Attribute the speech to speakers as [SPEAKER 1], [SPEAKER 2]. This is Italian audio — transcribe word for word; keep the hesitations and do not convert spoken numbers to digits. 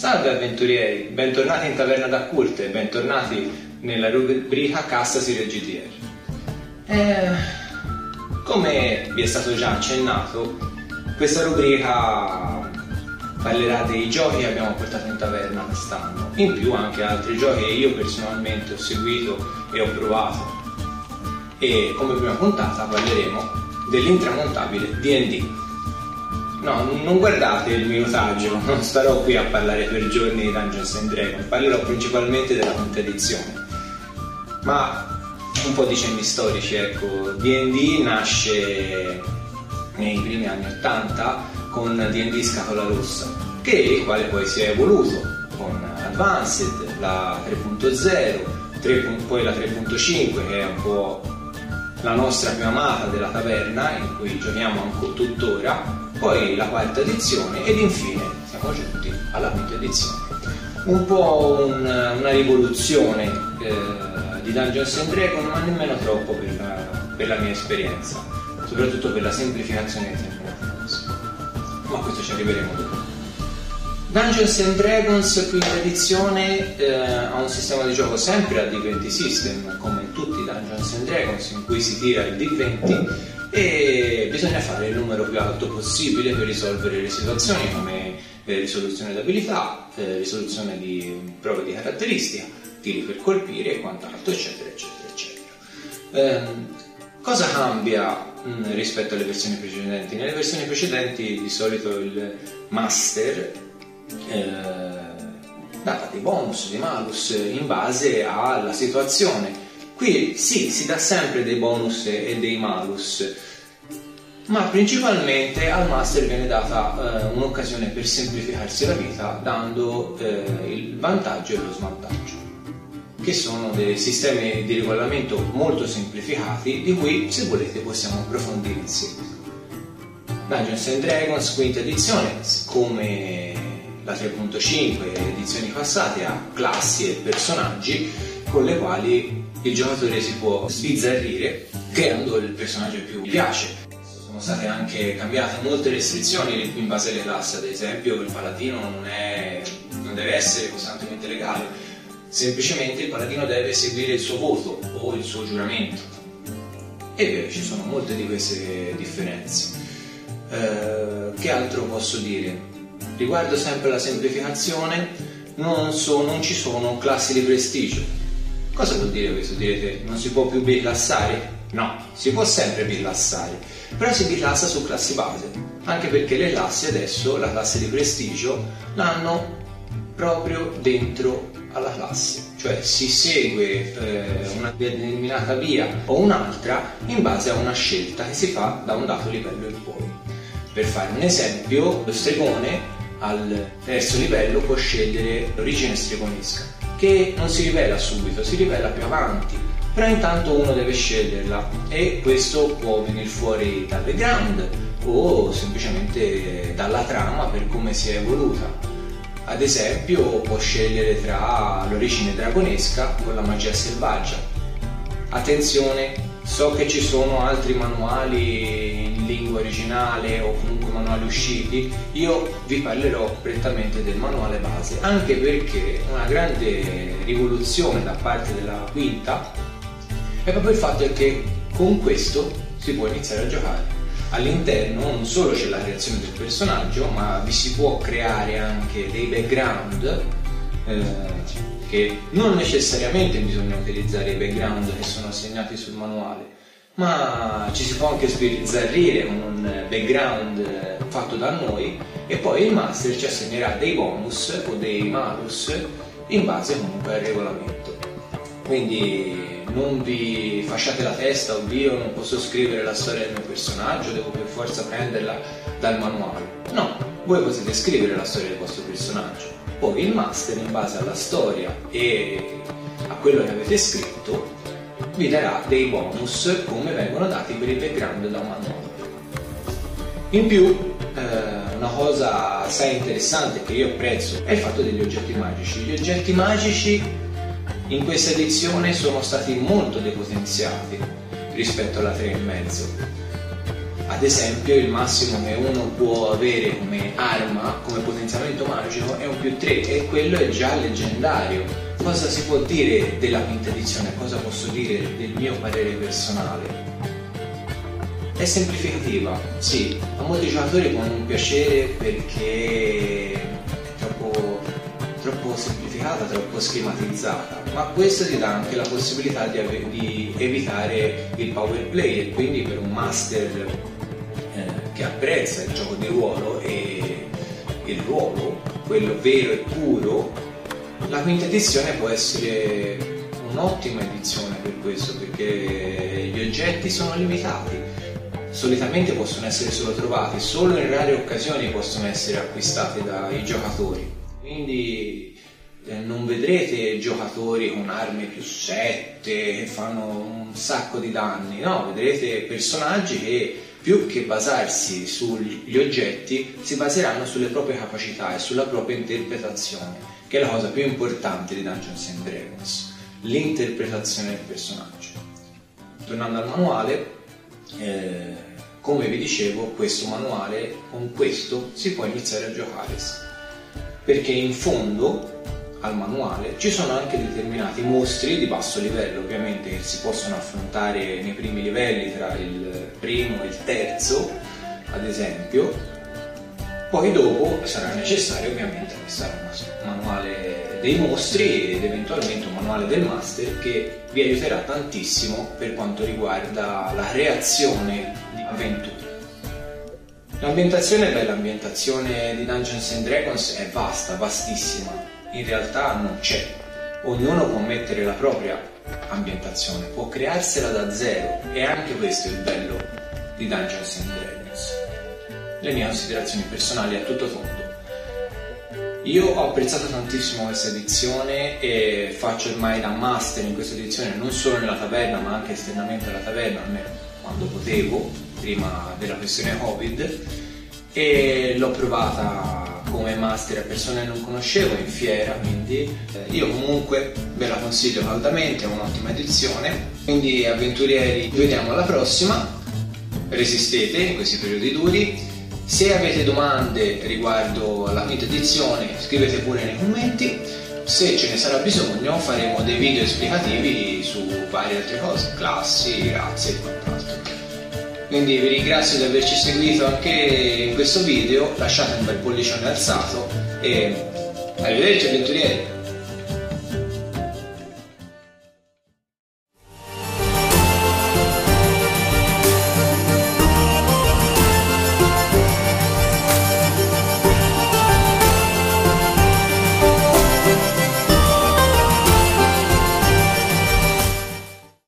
[SPEAKER 1] Salve avventurieri, bentornati in Taverna da Cult e bentornati nella rubrica Castasi del G T R. Eh, come vi è stato già accennato, questa rubrica parlerà dei giochi che abbiamo portato in taverna quest'anno, in più anche altri giochi che io personalmente ho seguito e ho provato. E come prima puntata parleremo dell'intramontabile D and D. No, non guardate il minutaggio, non starò qui a parlare per giorni di Dungeons and Dragons, parlerò principalmente della quinta edizione. Ma un po' di cenni storici, ecco. D and D nasce nei primi anni ottanta con D and D Scatola Rossa, che il quale poi si è evoluto con Advanced, la tre punto zero, poi la tre punto cinque, che è un po' la nostra più amata della taverna, in cui giochiamo ancora tuttora, poi la quarta edizione ed infine siamo giunti alla quinta edizione. Un po' un, una rivoluzione eh, di Dungeons and Dragons, ma nemmeno troppo per la, per la mia esperienza, soprattutto per la semplificazione dei tempi natalizi. Ma a questo ci arriveremo dopo. Dungeons and Dragons quinta edizione eh, ha un sistema di gioco sempre a D venti system, come in tutti i Dungeons and Dragons, in cui si tira il D venti e bisogna fare il numero più alto possibile per risolvere le situazioni, come eh, risoluzione di abilità, eh, risoluzione di prove di caratteristica, tiri per colpire e quant'altro, eccetera eccetera eccetera. Eh, cosa cambia mh, rispetto alle versioni precedenti? Nelle versioni precedenti di solito il master eh, dava dei bonus, dei malus in base alla situazione. Qui sì, si dà sempre dei bonus e dei malus, ma principalmente al master viene data eh, un'occasione per semplificarsi la vita, dando eh, il vantaggio e lo svantaggio, che sono dei sistemi di regolamento molto semplificati, di cui, se volete, possiamo approfondire insieme. Dungeons and Dragons quinta edizione, come la tre punto cinque e edizioni passate, ha classi e personaggi con le quali il giocatore si può sbizzarrire creando il personaggio che più gli piace. Sono state anche cambiate molte restrizioni in base alle classi, ad esempio il paladino non, è, non deve essere costantemente legale, semplicemente il paladino deve seguire il suo voto o il suo giuramento. E beh, ci sono molte di queste differenze. Eh, che altro posso dire? Riguardo sempre la semplificazione, non, so, non ci sono classi di prestigio. Cosa vuol dire questo? Direte, non si può più bilassare? No, si può sempre bilassare, però si bilassa su classi base, anche perché le classi adesso, la classe di prestigio, l'hanno proprio dentro alla classe, cioè si segue eh, una determinata via o un'altra in base a una scelta che si fa da un dato livello in poi. Per fare un esempio, lo stregone al terzo livello può scegliere l'origine stregonesca, che non si rivela subito, si rivela più avanti, però intanto uno deve sceglierla e questo può venire fuori dal background o semplicemente dalla trama per come si è evoluta. Ad esempio può scegliere tra l'origine dragonesca con la magia selvaggia. Attenzione, so che ci sono altri manuali in lingua originale o comunque manuali usciti, io vi parlerò prettamente del manuale base, anche perché una grande rivoluzione da parte della quinta è proprio il fatto che con questo si può iniziare a giocare. All'interno non solo c'è la creazione del personaggio, ma vi si può creare anche dei background eh, che non necessariamente bisogna utilizzare i background che sono assegnati sul manuale, ma ci si può anche sbizzarrire con un background fatto da noi e poi il master ci assegnerà dei bonus o dei malus in base comunque al regolamento. Quindi non vi fasciate la testa, oddio non posso scrivere la storia del mio personaggio, devo per forza prenderla dal manuale. No, voi potete scrivere la storia del vostro personaggio, poi il master in base alla storia e a quello che avete scritto vi darà dei bonus come vengono dati per il background da un manuale. In più eh, una cosa assai interessante che io apprezzo è il fatto degli oggetti magici. Gli oggetti magici in questa edizione sono stati molto depotenziati rispetto alla tre e mezzo. Ad esempio il massimo che uno può avere come arma, come potenziamento magico, è un più tre e quello è già leggendario. Cosa si può dire della quinta edizione? Cosa posso dire del mio parere personale? È semplificativa, sì, a molti giocatori può non piacere perché è troppo, troppo semplificata, troppo schematizzata, ma questo ti dà anche la possibilità di, ave- di evitare il power play, e quindi per un master eh, che apprezza il gioco di ruolo e il ruolo, quello vero e puro, la quinta edizione può essere un'ottima edizione per questo, perché gli oggetti sono limitati. Solitamente possono essere solo trovati, solo in rare occasioni possono essere acquistati dai giocatori. Quindi eh, non vedrete giocatori con armi più sette che fanno un sacco di danni, no, vedrete personaggi che più che basarsi sugli oggetti si baseranno sulle proprie capacità e sulla propria interpretazione, che è la cosa più importante di Dungeons and Dragons, l'interpretazione del personaggio. Tornando al manuale, Eh, come vi dicevo, questo manuale, con questo si può iniziare a giocare, perché in fondo al manuale ci sono anche determinati mostri di basso livello, ovviamente, che si possono affrontare nei primi livelli, tra il primo e il terzo ad esempio. Poi dopo sarà necessario ovviamente acquistare un manuale dei mostri ed eventualmente un manuale del master, che vi aiuterà tantissimo per quanto riguarda la creazione di avventure. L'ambientazione è bella, l'ambientazione di Dungeons and Dragons è vasta, vastissima, in realtà non c'è, ognuno può mettere la propria ambientazione, può crearsela da zero, e anche questo è il bello di Dungeons and Dragons. Le mie considerazioni personali a tutto tondo. Io ho apprezzato tantissimo questa edizione e faccio ormai da master in questa edizione, non solo nella taverna ma anche esternamente alla taverna, almeno quando potevo, prima della questione Covid, e l'ho provata come master a persone che non conoscevo in fiera, quindi eh, io comunque ve la consiglio caldamente, è un'ottima edizione. Quindi avventurieri, ci vediamo alla prossima, resistete in questi periodi duri. Se avete domande riguardo alla quinta edizione, scrivete pure nei commenti. Se ce ne sarà bisogno faremo dei video esplicativi su varie altre cose, classi, razze e quant'altro. Quindi vi ringrazio di averci seguito anche in questo video, lasciate un bel pollicione alzato e arrivederci avventurieri!